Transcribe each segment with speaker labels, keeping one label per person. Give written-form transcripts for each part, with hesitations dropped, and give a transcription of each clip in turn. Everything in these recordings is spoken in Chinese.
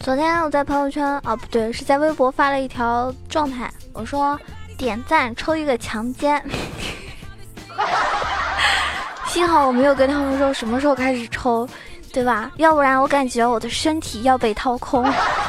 Speaker 1: 昨天我在朋友圈不对，是在微博发了一条状态，我说点赞抽一个强奸。幸好我没有跟他们说什么时候开始抽，对吧？要不然我感觉我的身体要被掏空。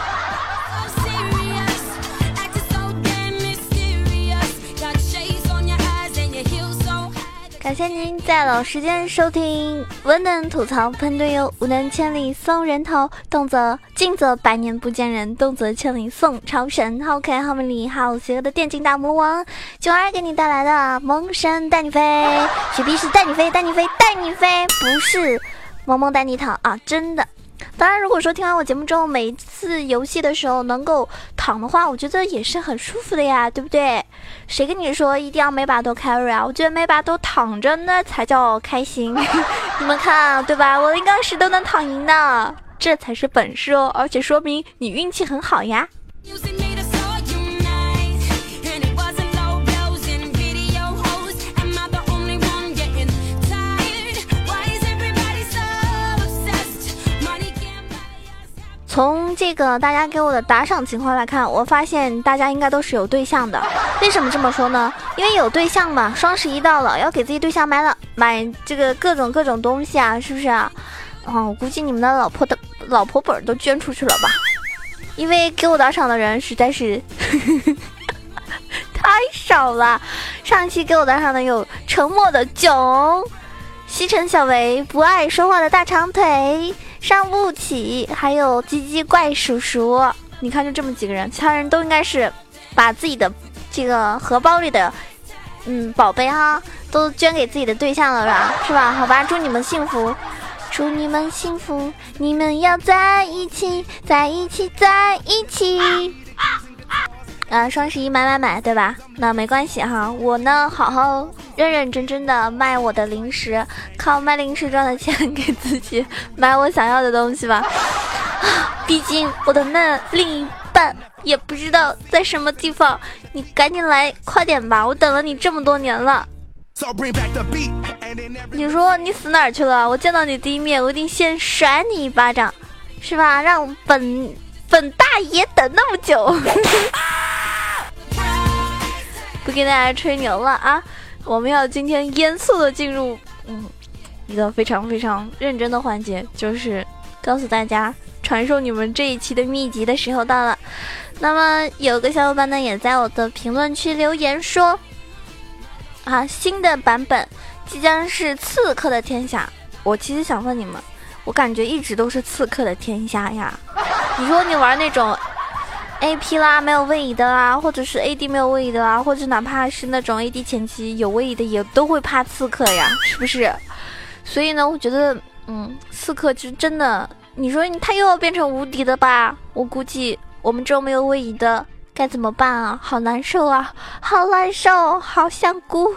Speaker 1: 感谢您在老时间收听，文能吐槽喷队友，武能千里送人头，动则静则百年不见人，动则千里送超神。好可爱好美丽好邪恶的电竞大魔王九儿给你带来的萌神带你飞，雪碧是带你飞带你飞带你飞，不是萌萌带你躺啊，真的。当然如果说听完我节目之后每一次游戏的时候能够躺的话，我觉得也是很舒服的呀，对不对？谁跟你说一定要每把都 carry 啊？我觉得每把都躺着那才叫开心。你们看对吧，我一刚时都能躺赢的，这才是本事哦，而且说明你运气很好呀。从这个大家给我的打赏情况来看，我发现大家应该都是有对象的。为什么这么说呢？因为有对象嘛，双11到了，要给自己对象买这个各种东西啊，是不是啊？我估计你们的老婆本都捐出去了吧？因为给我打赏的人实在是太少了。上一期给我打赏的有沉默的囧、西城小维、不爱说话的大长腿、伤不起，还有鸡鸡怪叔叔。你看就这么几个人，其他人都应该是把自己的这个荷包里的宝贝哈都捐给自己的对象了吧，是吧？好吧，祝你们幸福，祝你们幸福，你们要在一起在一起在一起双11买，对吧？那没关系哈，我呢好好认真的卖我的零食，靠卖零食赚的钱给自己买我想要的东西吧。毕竟我的那另一半也不知道在什么地方，你赶紧来快点吧，我等了你这么多年了。你说你死哪儿去了？我见到你第一面我一定先甩你一巴掌，是吧？让本大爷等那么久。不给大家吹牛了啊，我们要今天严肃的进入一个非常非常认真的环节，就是告诉大家传授你们这一期的秘籍的时候到了。那么有个小伙伴呢也在我的评论区留言说新的版本即将是刺客的天下。我其实想问你们，我感觉一直都是刺客的天下呀。你说你玩那种AP 啦没有位移的啦，或者是 AD 没有位移的啦，或者哪怕是那种 AD 前期有位移的也都会怕刺客呀，是不是？所以呢我觉得刺客就真的，你说他又要变成无敌的吧，我估计我们这种没有位移的该怎么办啊？好难受啊，好难受，好香菇。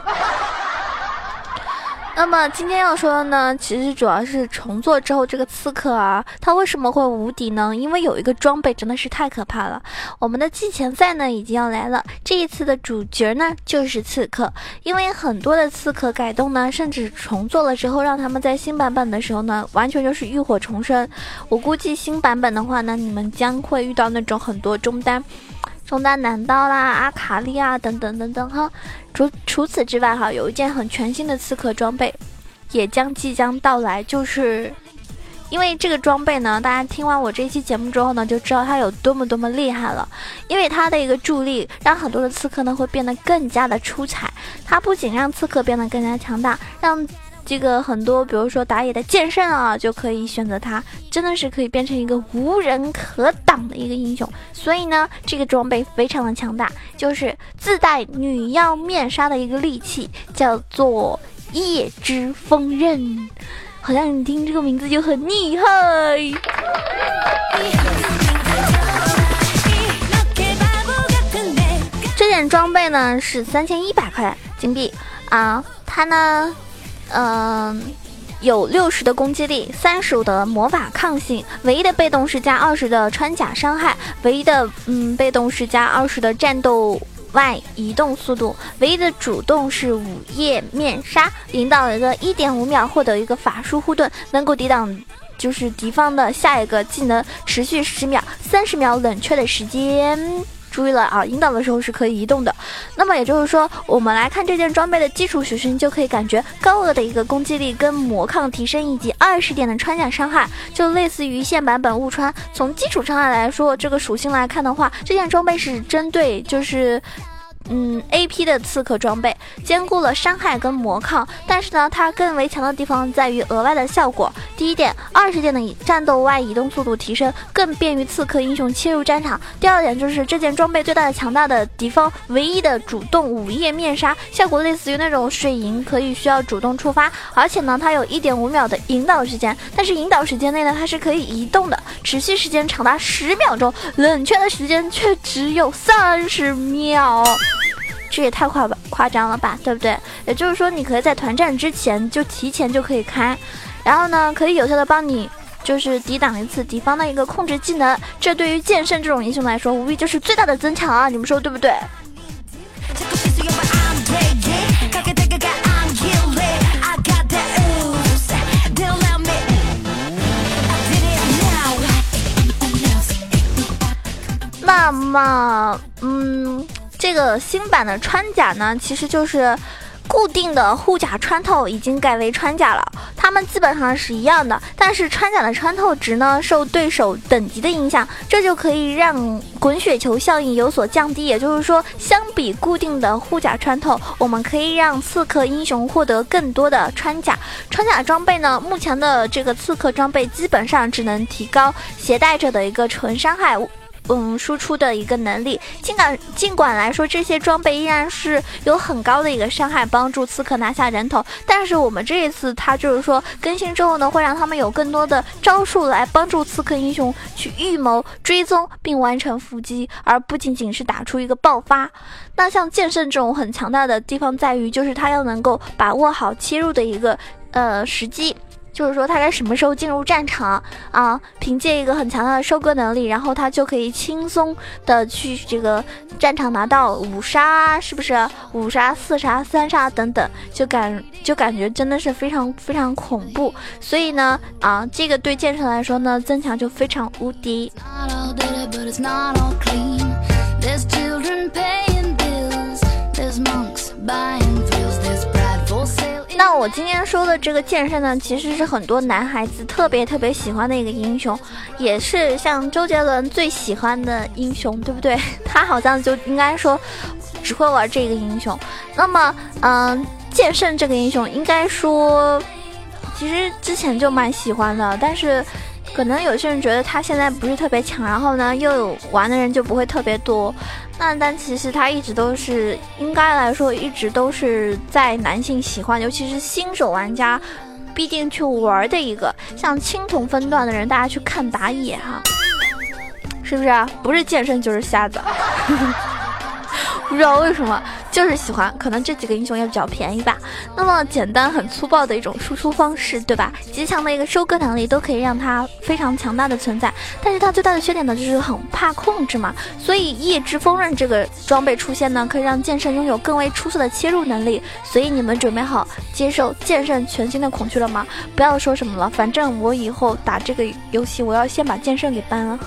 Speaker 1: 那么今天要说的呢，其实主要是重做之后这个刺客啊，它为什么会无敌呢？因为有一个装备真的是太可怕了。我们的季前赛呢已经要来了，这一次的主角呢就是刺客。因为很多的刺客改动呢，甚至重做了之后，让他们在新版本的时候呢，完全就是浴火重生。我估计新版本的话呢，你们将会遇到那种很多中单男刀啦、阿卡丽啊等等哈。除此之外哈，有一件很全新的刺客装备也即将到来，就是因为这个装备呢，大家听完我这一期节目之后呢，就知道它有多么厉害了。因为它的一个助力，让很多的刺客呢会变得更加的出彩。它不仅让刺客变得更加强大，让这个很多比如说打野的剑圣啊就可以选择它，真的是可以变成一个无人可挡的一个英雄。所以呢这个装备非常的强大，就是自带女妖面纱的一个利器，叫做夜之锋刃。好像你听这个名字就很厉害。这件装备呢是3100块金币啊，它呢有60的攻击力，35的魔法抗性，唯一的被动是加20的穿甲伤害，唯一的被动是加20的战斗外移动速度，唯一的主动是午夜面纱，引导一个1.5秒获得一个法术护盾，能够抵挡就是敌方的下一个技能持续10秒、30秒冷却的时间。注意了啊，引导的时候是可以移动的。那么也就是说，我们来看这件装备的基础属性，就可以感觉高额的一个攻击力跟魔抗提升，以及20点的穿甲伤害，就类似于现版本雾穿。从基础伤害来说，这个属性来看的话，这件装备是针对就是AP 的刺客装备，兼顾了伤害跟魔抗，但是呢，它更为强的地方在于额外的效果。第一点，20点的战斗外移动速度提升，更便于刺客英雄切入战场。第二点就是这件装备最大的强大的敌方唯一的主动午夜面纱，效果类似于那种水银，可以需要主动触发，而且呢，它有1.5秒的引导时间，但是引导时间内呢，它是可以移动的，持续时间长达10秒钟，冷却的时间却只有30秒。这也太夸张了吧，对不对？也就是说，你可以在团战之前就提前就可以开，然后呢，可以有效的帮你就是抵挡一次敌方的一个控制技能，这对于剑圣这种英雄来说，无疑就是最大的增强啊！你们说对不对？那么，这个新版的穿甲呢，其实就是固定的护甲穿透已经改为穿甲了，它们基本上是一样的，但是穿甲的穿透值呢受对手等级的影响，这就可以让滚雪球效应有所降低。也就是说，相比固定的护甲穿透，我们可以让刺客英雄获得更多的穿甲。穿甲装备呢，目前的这个刺客装备基本上只能提高携带者的一个纯伤害输出的一个能力，尽管来说这些装备依然是有很高的一个伤害，帮助刺客拿下人头，但是我们这一次它就是说更新之后呢，会让他们有更多的招数来帮助刺客英雄去预谋、追踪并完成伏击，而不仅仅是打出一个爆发。那像剑圣这种很强大的地方在于，就是它要能够把握好切入的一个时机。就是说他该什么时候进入战场啊？凭借一个很强大的收割能力，然后他就可以轻松的去这个战场拿到5杀，是不是？5杀、4杀、3杀等等，就感觉真的是非常非常恐怖。所以呢，这个对剑圣来说呢，增强就非常无敌。那我今天说的这个剑圣呢，其实是很多男孩子特别特别喜欢的一个英雄，也是像周杰伦最喜欢的英雄，对不对？他好像就应该说只会玩这个英雄。那么剑圣这个英雄应该说其实之前就蛮喜欢的，但是可能有些人觉得他现在不是特别强，然后呢又有玩的人就不会特别多。但其实他一直都是，应该来说一直都是在男性喜欢，尤其是新手玩家必定去玩的一个。像青铜分段的人，大家去看打野哈，是不是啊？不是剑圣就是瞎子。不知道为什么就是喜欢，可能这几个英雄也比较便宜吧。那么简单很粗暴的一种输出方式，对吧？极强的一个收割能力都可以让它非常强大的存在，但是它最大的缺点呢，就是很怕控制嘛。所以夜之锋刃这个装备出现呢，可以让剑圣拥有更为出色的切入能力。所以你们准备好接受剑圣全新的恐惧了吗？不要说什么了，反正我以后打这个游戏，我要先把剑圣给搬了。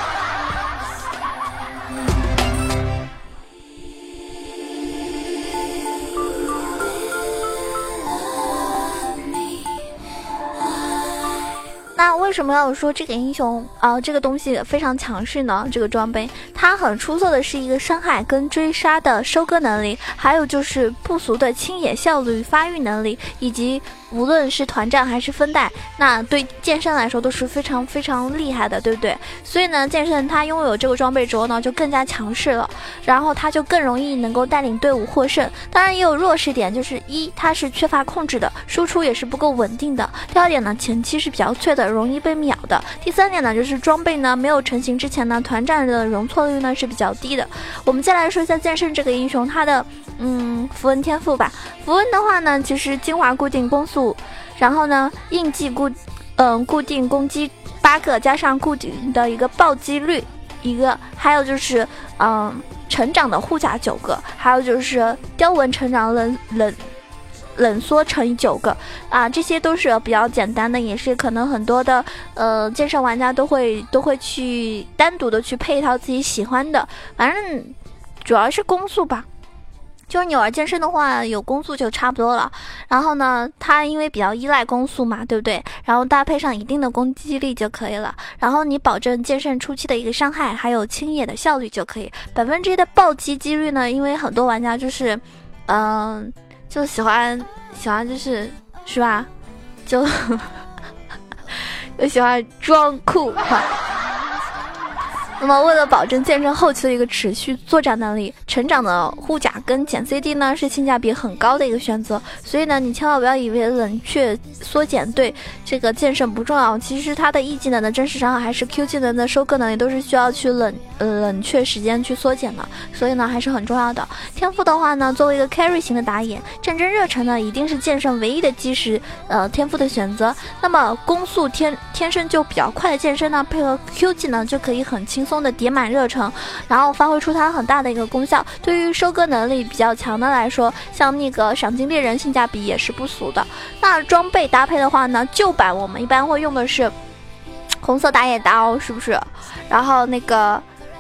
Speaker 1: 那为什么要说这个英雄这个东西非常强势呢？这个装备它很出色的是一个伤害跟追杀的收割能力，还有就是不俗的清野效率、发育能力，以及无论是团战还是分带，那对剑圣来说都是非常非常厉害的，对不对？所以呢，剑圣他拥有这个装备之后呢，就更加强势了，然后他就更容易能够带领队伍获胜。当然也有弱势点，就是一，他是缺乏控制的，输出也是不够稳定的；第二点呢，前期是比较脆的，容易被秒的；第三点呢，就是装备呢没有成型之前呢，团战的容错率呢是比较低的。我们再来说一下剑圣这个英雄，他的符文天赋吧。符文的话呢，其实精华固定攻速，然后呢印记固定攻击8个，加上固定的一个暴击率1个，还有就是成长的护甲9个，还有就是雕纹成长冷缩成9个啊，这些都是比较简单的，也是可能很多的健身玩家都会去单独的去配一套自己喜欢的，反正主要是攻速吧。就是你玩健身的话，有攻速就差不多了。然后呢，它因为比较依赖攻速嘛，对不对？然后搭配上一定的攻击力就可以了。然后你保证健身初期的一个伤害，还有清野的效率就可以。1%的暴击几率呢，因为很多玩家就是，就喜欢是吧？就喜欢装酷哈。那么为了保证健身后期的一个持续作战能力，成长的护甲跟减 CD 呢是性价比很高的一个选择。所以呢，你千万不要以为冷却缩减对这个健身不重要，其实它的 E 技能的真实伤害还是 Q 技能的收割能力都是需要去冷却时间去缩减的，所以呢还是很重要的。天赋的话呢，作为一个 carry 型的打野，战争热忱呢一定是剑圣唯一的基石天赋的选择。那么攻速天生就比较快的剑圣呢，配合 Q 技能就可以很轻松的叠满热忱，然后发挥出它很大的一个功效。对于收割能力比较强的来说，像那个赏金猎人性价比也是不俗的。那装备搭配的话呢，旧版我们一般会用的是红色打野刀，是不是？然后那个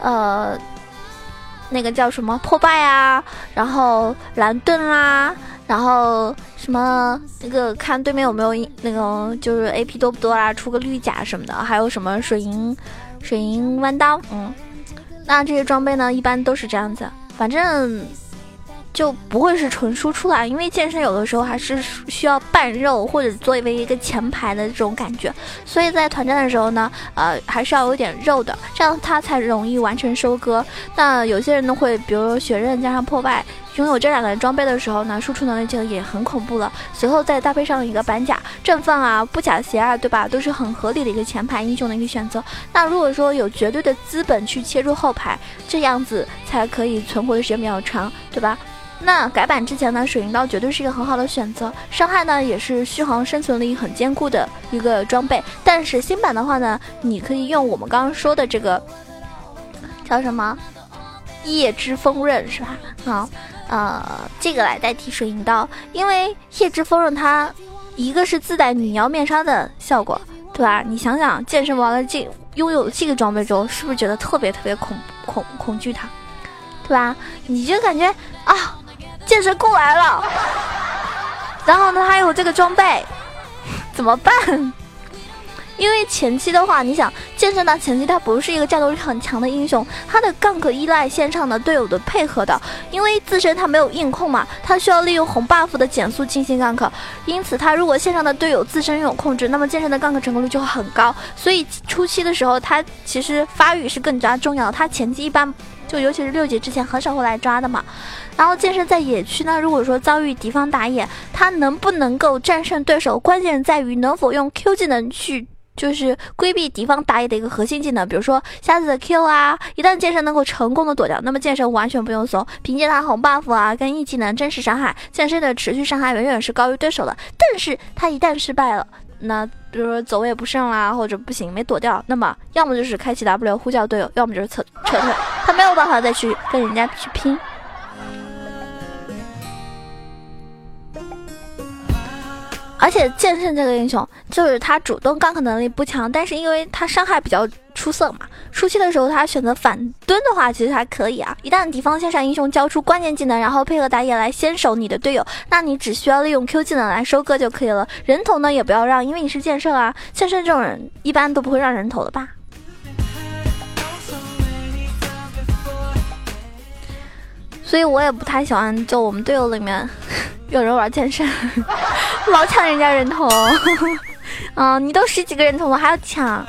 Speaker 1: 叫什么破败啊，然后蓝盾啦，然后什么那个看对面有没有那个就是 AP 多不多啦，出个绿甲什么的，还有什么水银弯刀，那这些装备呢一般都是这样子，反正就不会是纯输出啦，因为健身有的时候还是需要半肉或者作为一个前排的这种感觉，所以在团战的时候呢，还是要有点肉的，这样它才容易完成收割。那有些人呢会，比如说血刃加上破败，拥有这2个装备的时候呢，输出能力就也很恐怖了。随后再搭配上一个板甲、阵放啊、布甲鞋啊，对吧？都是很合理的一个前排英雄的一个选择。那如果说有绝对的资本去切入后排，这样子才可以存活的时间比较长，对吧？那改版之前呢，水银刀绝对是一个很好的选择，伤害呢也是续航生存力很坚固的一个装备。但是新版的话呢，你可以用我们刚刚说的这个叫什么夜之锋刃，是吧？好，这个来代替水银刀，因为夜之锋刃它一个是自带女妖面纱的效果，对吧？你想想，健身完了拥有这个装备之后，是不是觉得特别恐惧它，对吧？你就感觉啊，健身过来了，然后呢还有这个装备怎么办？因为前期的话，你想健身的前期它不是一个战斗力很强的英雄，他的gank依赖线上的队友的配合的，因为自身他没有硬控嘛，他需要利用红 buff 的减速进行gank，因此他如果线上的队友自身拥有控制，那么健身的gank成功率就会很高。所以初期的时候，他其实发育是更加重要的，他前期一般就尤其是6级之前很少会来抓的嘛。然后健身在野区呢，如果说遭遇敌方打野，他能不能够战胜对手，关键在于能否用 Q 技能去就是规避敌方打野的一个核心技能，比如说瞎子的 Q 啊，一旦剑圣能够成功的躲掉，那么剑圣完全不用怂，凭借他红 buff 啊跟 E 技能真实伤害，剑圣的持续伤害远远是高于对手的。但是他一旦失败了，那比如说走位不胜啦，或者不行没躲掉，那么要么就是开启 W 呼叫队友，要么就是撤退，他没有办法再去跟人家去拼。而且剑圣这个英雄，就是他主动gank能力不强，但是因为他伤害比较出色嘛，初期的时候他选择反蹲的话，其实还可以啊。一旦敌方线上英雄交出关键技能，然后配合打野来先手你的队友，那你只需要利用 Q 技能来收割就可以了。人头呢也不要让，因为你是剑圣啊，剑圣这种人一般都不会让人头的吧。所以我也不太喜欢，就我们队友里面有人玩剑圣，老抢人家人头。你都10几个人头了还要抢。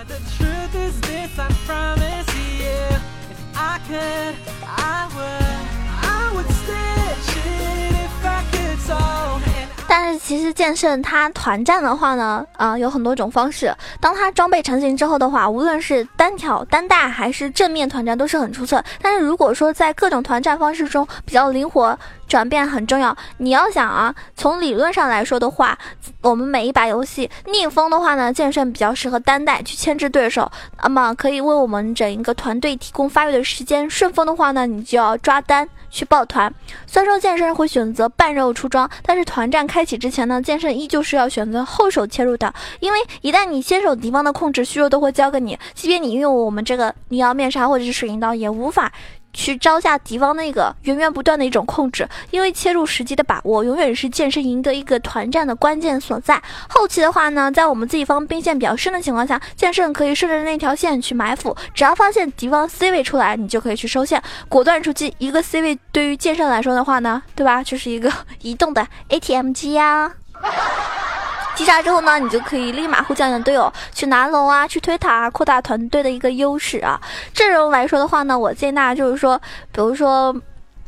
Speaker 1: 但是其实剑圣它团战的话呢，有很多种方式。当它装备成型之后的话，无论是单挑、单带还是正面团战都是很出色。但是如果说在各种团战方式中比较灵活转变很重要。你要想啊，从理论上来说的话，我们每一把游戏逆风的话呢，剑圣比较适合单带去牵制对手，那么可以为我们整一个团队提供发育的时间。顺风的话呢，你就要抓单去抱团。虽然说剑圣会选择半肉出装，但是团战开启之前呢，剑圣依旧是要选择后手切入的，因为一旦你先手敌方的控制，虚弱都会交给你，即便你拥有我们这个女妖面纱或者是水银刀，也无法去招下敌方那个源源不断的一种控制，因为切入时机的把握永远是剑圣赢得一个团战的关键所在。后期的话呢，在我们自己方兵线比较深的情况下，剑圣可以顺着那条线去埋伏，只要发现敌方 C 位出来，你就可以去收线，果断出击。一个 C 位对于剑圣来说的话呢，对吧，就是一个移动的 ATM 机呀。击杀之后呢，你就可以立马呼叫你的队友去拿龙啊，去推塔啊，扩大团队的一个优势啊。阵容来说的话呢，我建议大家就是说，比如说，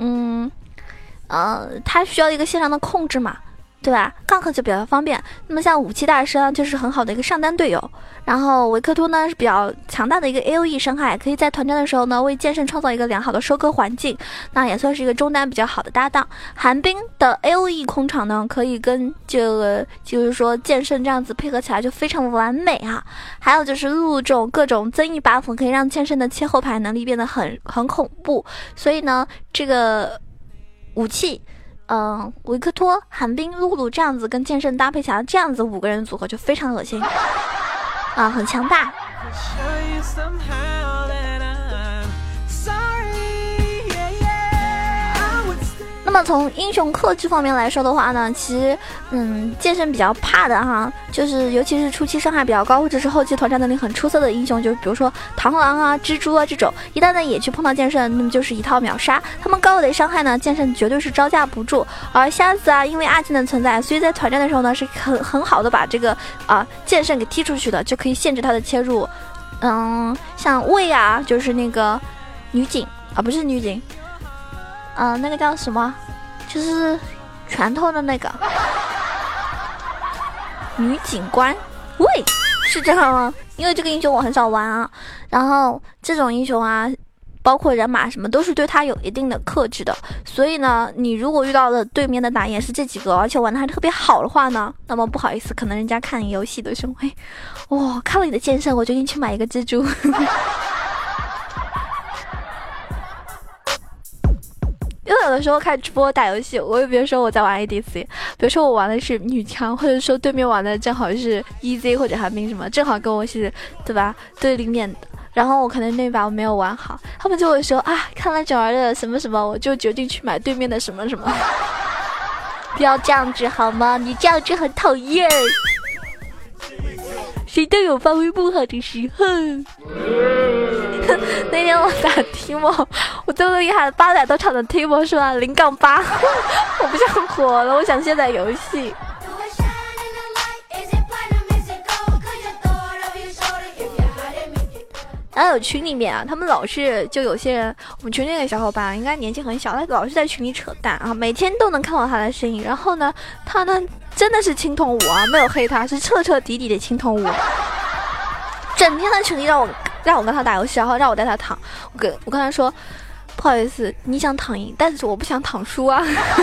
Speaker 1: 它需要一个线上的控制嘛，对吧？gank就比较方便。那么像武器大师呢，就是很好的一个上单队友。然后维克托呢是比较强大的一个 AOE 伤害，可以在团战的时候呢为剑圣创造一个良好的收割环境，那也算是一个中单比较好的搭档。寒冰的 AOE 控场呢，可以跟这个就是说剑圣这样子配合起来就非常完美啊。还有就是露露这种各种增益 buff 可以让剑圣的切后排能力变得很恐怖，所以呢这个武器维克托、寒冰、露露这样子跟剑圣搭配起来，这样子5个人组合就非常恶心啊，很强大。那么从英雄克制方面来说的话呢，其实剑圣比较怕的哈，就是尤其是初期伤害比较高，或者是后期团战能力很出色的英雄，就是比如说螳螂啊、蜘蛛啊这种，一旦呢野区碰到剑圣，那么就是一套秒杀。他们高额的伤害呢，剑圣绝对是招架不住。而瞎子啊，因为阿金的存在，所以在团战的时候呢，是很好的把这个剑圣给踢出去的，就可以限制他的切入。像魏啊，就是那个女警啊，不是女警。那个叫什么？就是拳头的那个女警官，喂，是这样吗？因为这个英雄我很少玩啊，然后这种英雄啊，包括人马什么都是对他有一定的克制的，所以呢，你如果遇到了对面的打野是这几个，而且玩的还特别好的话呢，那么不好意思，可能人家看你游戏的时候，看了你的剑圣，我决定去买一个蜘蛛。因为有的时候看直播打游戏，我比如说我在玩 ADC， 比如说我玩的是女枪，或者说对面玩的正好是 EZ 或者寒冰什么，正好跟我是对吧对立面的，然后我可能那把我没有玩好，他们就会说看了九儿的什么什么，我就决定去买对面的什么什么。不要这样子好吗？你这样子很讨厌。谁都有发挥不好的时候。那天我打 Timo， 我最厉害800多场的 Timo 是吧？0-8，我不想火了，我想卸载游戏。然后有群里面他们老是就有些人，我们群里的小伙伴应该年纪很小，他老是在群里扯淡啊，每天都能看到他的身影。然后呢，他呢真的是青铜五啊，没有黑他，是彻彻底底的青铜五，整天在群里让我跟他打游戏，然后让我带他躺。我跟他说，不好意思，你想躺赢，但是我不想躺输啊。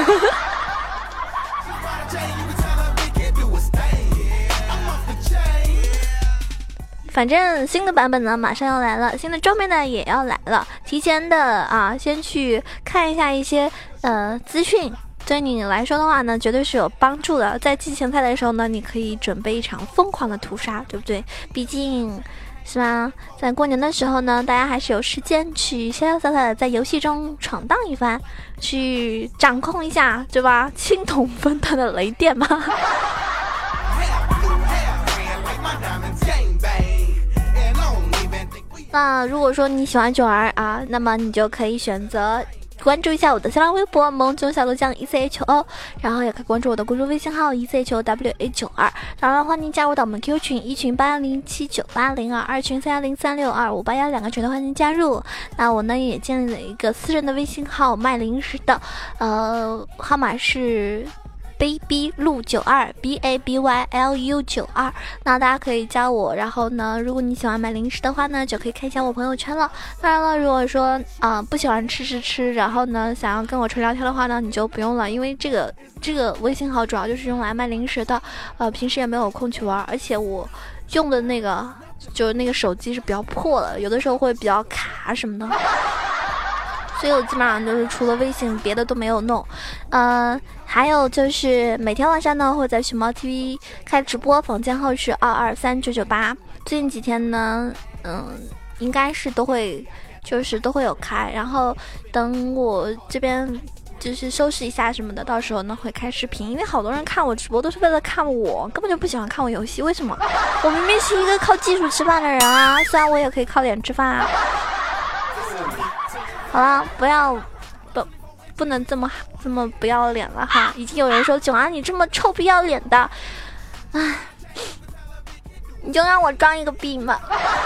Speaker 1: 反正新的版本呢马上要来了，新的装备呢也要来了，提前的先去看一下一些资讯，对你来说的话呢绝对是有帮助的。在季前赛的时候呢，你可以准备一场疯狂的屠杀，对不对？毕竟是吧，在过年的时候呢，大家还是有时间去潇潇洒洒的在游戏中闯荡一番，去掌控一下，对吧？青铜分段的雷电嘛。那如果说你喜欢九儿那么你就可以选择关注一下我的新浪微博萌中小鹿酱 ECHO， 然后也可以关注我的公众微信号 ECHOWA92， 当然欢迎加入到我们 Q 群，1群81079802， 2群310362581，两个群的欢迎加入。那我呢也建立了一个私人的微信号卖零食的，号码是 baby 路92 BABYLU92，那大家可以加我，然后呢，如果你喜欢买零食的话呢，就可以看一下我朋友圈了。当然了，如果说不喜欢吃，然后呢想要跟我纯聊天的话呢，你就不用了，因为这个微信号主要就是用来卖零食的，平时也没有空去玩，而且我用的那个就是那个手机是比较破了，有的时候会比较卡什么的。所以我基本上就是除了微信别的都没有弄。还有就是每天晚上呢会在熊猫 TV 开直播，房间号是223998。最近几天呢应该是都会有开，然后等我这边就是收拾一下什么的，到时候呢会开视频，因为好多人看我直播都是为了看我，根本就不喜欢看我游戏。为什么？我明明是一个靠技术吃饭的人啊，虽然我也可以靠脸吃饭啊。好了，不能这么不要脸了哈！已经有人说囧啊，你这么臭不要脸的，唉，你就让我装一个逼嘛。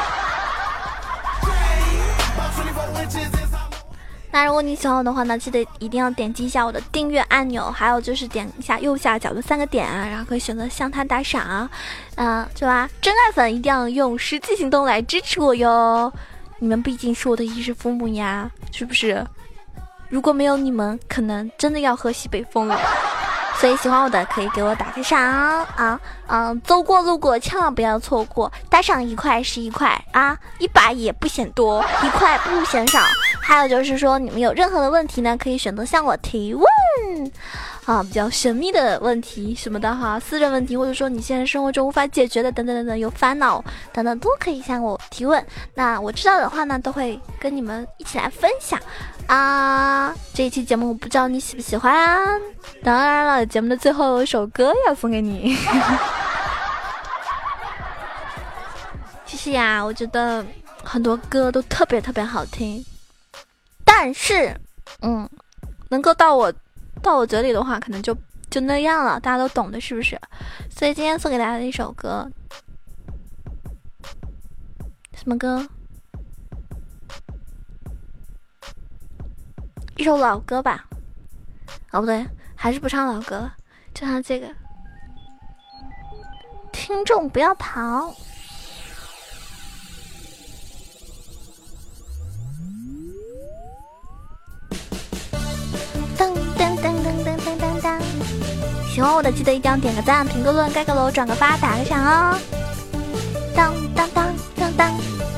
Speaker 1: 那如果你喜欢我的话呢，记得一定要点击一下我的订阅按钮，还有就是点一下右下角的3个点，然后可以选择向他打赏，是吧？真爱粉一定要用实际行动来支持我哟。你们毕竟是我的衣食父母呀，是不是？如果没有你们，可能真的要喝西北风了。所以喜欢我的可以给我打个赏啊，走过路过千万不要错过，打赏1块是1块啊，100也不嫌多，1块不嫌少。还有就是说，你们有任何的问题呢，可以选择向我提问。比较神秘的问题什么的哈，私人问题，或者说你现在生活中无法解决的等等等等，有烦恼等等都可以向我提问。那我知道的话呢，都会跟你们一起来分享啊。这一期节目我不知道你喜不喜欢啊。当然了，节目的最后有一首歌要送给你。其实呀，我觉得很多歌都特别特别好听，但是能够到我嘴里的话，可能就那样了，大家都懂的，是不是？所以今天送给大家的一首歌，什么歌？一首老歌吧？不对，还是不唱老歌了，就唱这个。听众不要跑。喜欢我的记得一定要点个赞、评个论、盖个楼、转个发、打个赏哦！当当当当当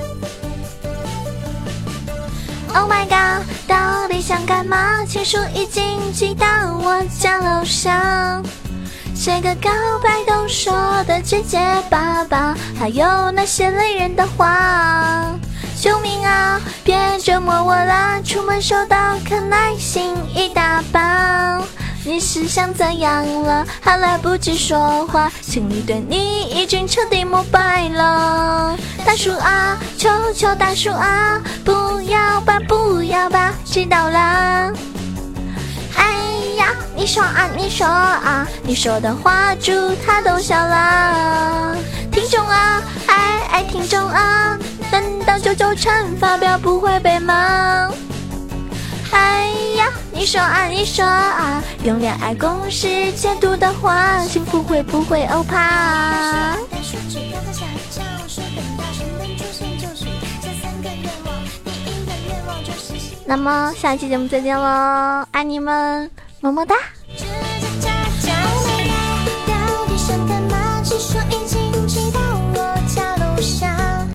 Speaker 1: ！Oh my god， 到底想干嘛？情书已经寄到我家楼上，写个告白都说的结结巴巴，还有那些累人的话。救命啊！别折磨我啦！出门收到可耐心一大包。你是想怎样了？还来不及说话，心里对你已经彻底膜拜了。大叔啊，求求大叔啊，不要吧，知道了。哎呀，你说啊，你说的话祝他都笑了。听众啊，爱听众啊，难道99乘法表不会背吗？哎呀，你说啊，用恋爱公式解读的话，幸福会不会欧趴？那么下一期节目再见喽，爱你们，么么哒。到底想干嘛？只说已经知道。